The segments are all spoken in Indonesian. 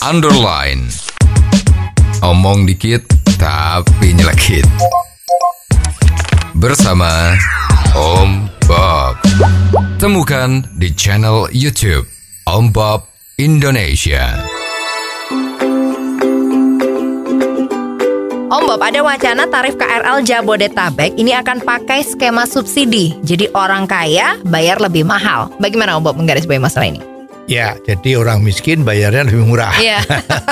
underline. Omong dikit tapi nyelekit. Bersama Om Bob. Temukan di channel YouTube Om Bob Indonesia. Om Bob, ada wacana tarif KRL Jabodetabek ini akan pakai skema subsidi. Jadi orang kaya bayar lebih mahal. Bagaimana Om Bob menggarisbawahi masalah ini? Ya, jadi orang miskin bayarnya lebih murah. Iya.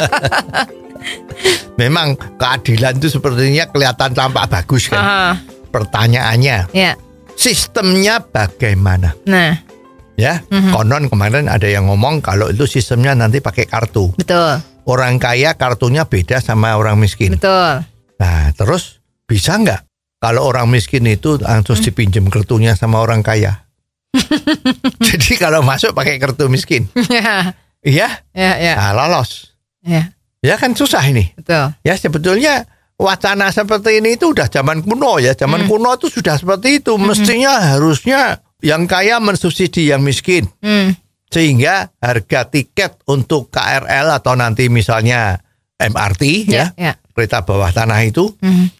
Memang keadilan itu sepertinya kelihatan tampak bagus kan. Pertanyaannya, sistemnya bagaimana? Nah, ya, konon kemarin ada yang ngomong kalau itu sistemnya nanti pakai kartu. betul, Orang kaya kartunya beda sama orang miskin. betul. Nah, terus bisa nggak kalau orang miskin itu terus dipinjam kartunya sama orang kaya? Jadi kalau masuk pakai kartu miskin, iya, nah, lolos. Ya kan susah ini. Betul. Ya sebetulnya wacana seperti ini itu udah zaman kuno ya. Zaman kuno itu sudah seperti itu. Mestinya harusnya yang kaya mensubsidi yang miskin. Sehingga harga tiket untuk KRL atau nanti misalnya MRT kereta bawah tanah itu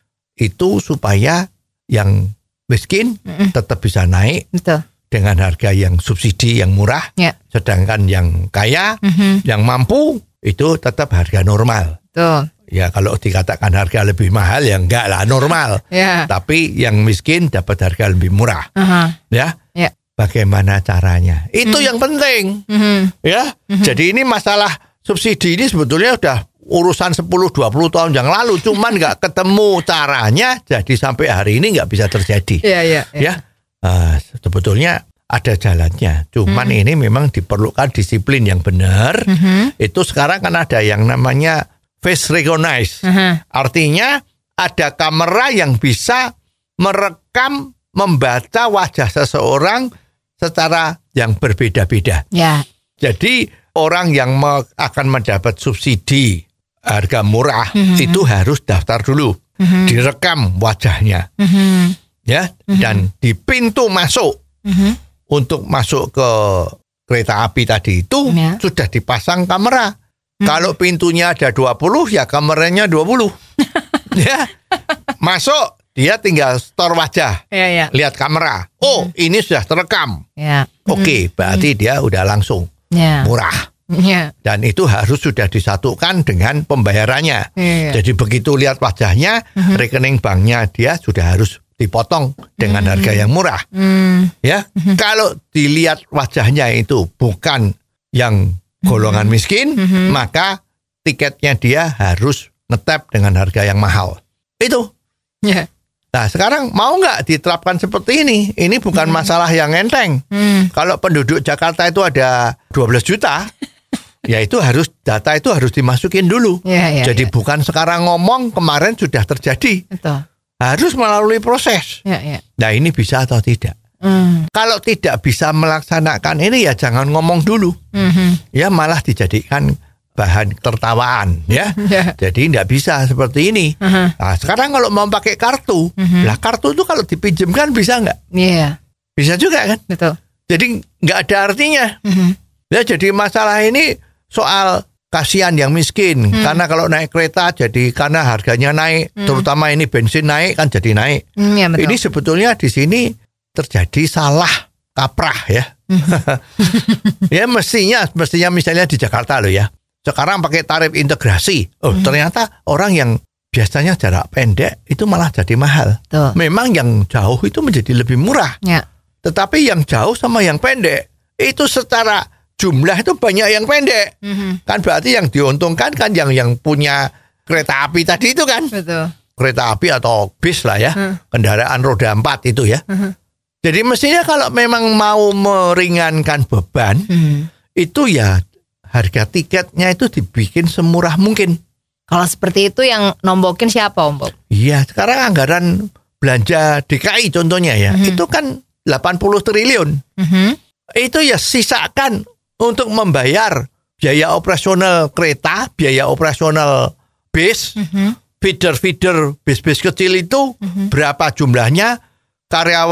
supaya yang miskin tetap bisa naik. Betul. Dengan harga yang subsidi yang murah. Sedangkan yang kaya, yang mampu itu tetap harga normal. Betul. Ya kalau dikatakan harga lebih mahal ya enggak lah, normal. Tapi yang miskin dapat harga lebih murah. Ya. Bagaimana caranya? Itu yang penting. Ya. Jadi ini masalah subsidi ini sebetulnya udah urusan 10-20 tahun yang lalu, cuman enggak ketemu caranya, jadi sampai hari ini enggak bisa terjadi. Ya. Sebetulnya ada jalannya, cuman ini memang diperlukan disiplin yang benar. Itu sekarang kan ada yang namanya face recognize. Artinya ada kamera yang bisa merekam, membaca wajah seseorang secara yang berbeda-beda. Jadi orang yang akan mendapat subsidi harga murah itu harus daftar dulu, direkam wajahnya, ya, dan di pintu masuk. Untuk masuk ke kereta api tadi itu sudah dipasang kamera. Kalau pintunya ada 20, ya kameranya 20. Ya. Masuk, dia tinggal store wajah. Lihat kamera. Oh, ini sudah terekam. Oke, berarti dia udah langsung murah. Dan itu harus sudah disatukan dengan pembayarannya. Jadi begitu lihat wajahnya, rekening banknya dia sudah harus dipotong dengan harga yang murah. Ya, kalau dilihat wajahnya itu bukan yang golongan miskin, maka tiketnya dia harus ngetap dengan harga yang mahal. Itu. Nah, sekarang mau nggak diterapkan seperti ini? Ini bukan masalah yang enteng. Kalau penduduk Jakarta itu ada 12 juta, ya itu harus data itu harus dimasukin dulu. Jadi bukan sekarang ngomong, kemarin sudah terjadi. Betul. Harus melalui proses. Nah, ini bisa atau tidak? Kalau tidak bisa melaksanakan ini ya jangan ngomong dulu. Ya malah dijadikan bahan tertawaan. Ya. Jadi tidak bisa seperti ini. Nah, sekarang kalau mau pakai kartu, lah kartu itu kalau dipinjamkan bisa nggak? Bisa juga kan? Betul. Jadi nggak ada artinya. Ya, jadi masalah ini soal kasihan yang miskin, karena kalau naik kereta jadi karena harganya naik, terutama ini bensin naik kan jadi naik. Ini sebetulnya di sini terjadi salah kaprah ya. Ya mestinya misalnya di Jakarta loh ya. Sekarang pakai tarif integrasi. Ternyata orang yang biasanya jarak pendek itu malah jadi mahal. Memang yang jauh itu menjadi lebih murah. Tetapi yang jauh sama yang pendek itu secara jumlah itu banyak yang pendek. Kan berarti yang diuntungkan kan yang punya kereta api tadi itu kan. Betul. Kereta api atau bis lah ya. Kendaraan roda 4 itu ya. Jadi mestinya kalau memang mau meringankan beban, itu ya harga tiketnya itu dibikin semurah mungkin. Kalau seperti itu yang nombokin siapa Om Bob? Iya, sekarang anggaran belanja DKI contohnya ya. Itu kan 80 triliun. Itu ya sisakan untuk membayar biaya operasional kereta, biaya operasional bis, feeder bis-bis kecil itu berapa jumlahnya,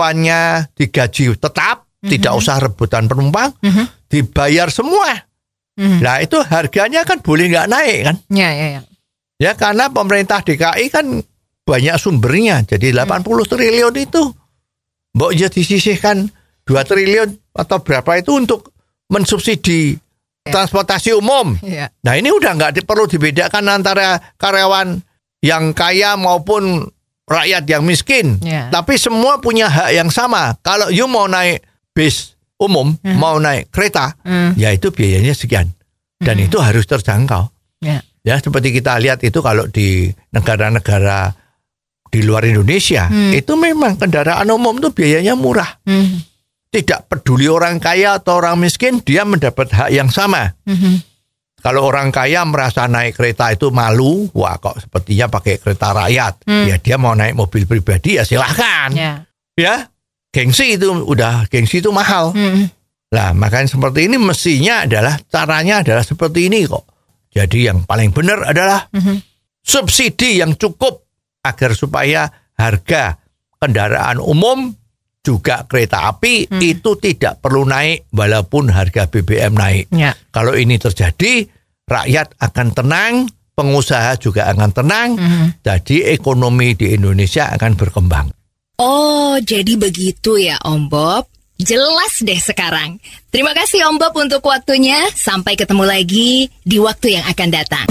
karyawannya digaji tetap, tidak usah rebutan penumpang, dibayar semua. Nah itu harganya kan boleh nggak naik kan? Ya. Ya karena pemerintah DKI kan banyak sumbernya. Jadi 80 triliun itu mbok ya disisihkan 2 triliun atau berapa itu untuk mensubsidi transportasi umum. Nah ini udah nggak perlu dibedakan antara karyawan yang kaya maupun rakyat yang miskin. Tapi semua punya hak yang sama. Kalau you mau naik bis umum, mau naik kereta, ya itu biayanya sekian. Dan itu harus terjangkau. Ya seperti kita lihat itu kalau di negara-negara di luar Indonesia, itu memang kendaraan umum itu biayanya murah. Tidak peduli orang kaya atau orang miskin, dia mendapat hak yang sama. Kalau orang kaya merasa naik kereta itu malu, wah kok sepertinya pakai kereta rakyat. Ya dia mau naik mobil pribadi ya silahkan. Ya, gengsi itu gengsi itu mahal. Lah makanya seperti ini mestinya caranya adalah seperti ini kok. Jadi yang paling benar adalah subsidi yang cukup agar supaya harga kendaraan umum juga kereta api itu tidak perlu naik walaupun harga BBM naik. Kalau ini terjadi, rakyat akan tenang, pengusaha juga akan tenang, jadi ekonomi di Indonesia akan berkembang. Oh, jadi begitu ya Om Bob. Jelas deh sekarang. Terima kasih Om Bob untuk waktunya. Sampai ketemu lagi di waktu yang akan datang.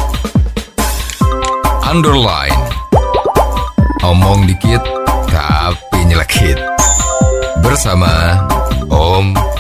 Underline. Omong dikit tapi nyelekit. Bersama Om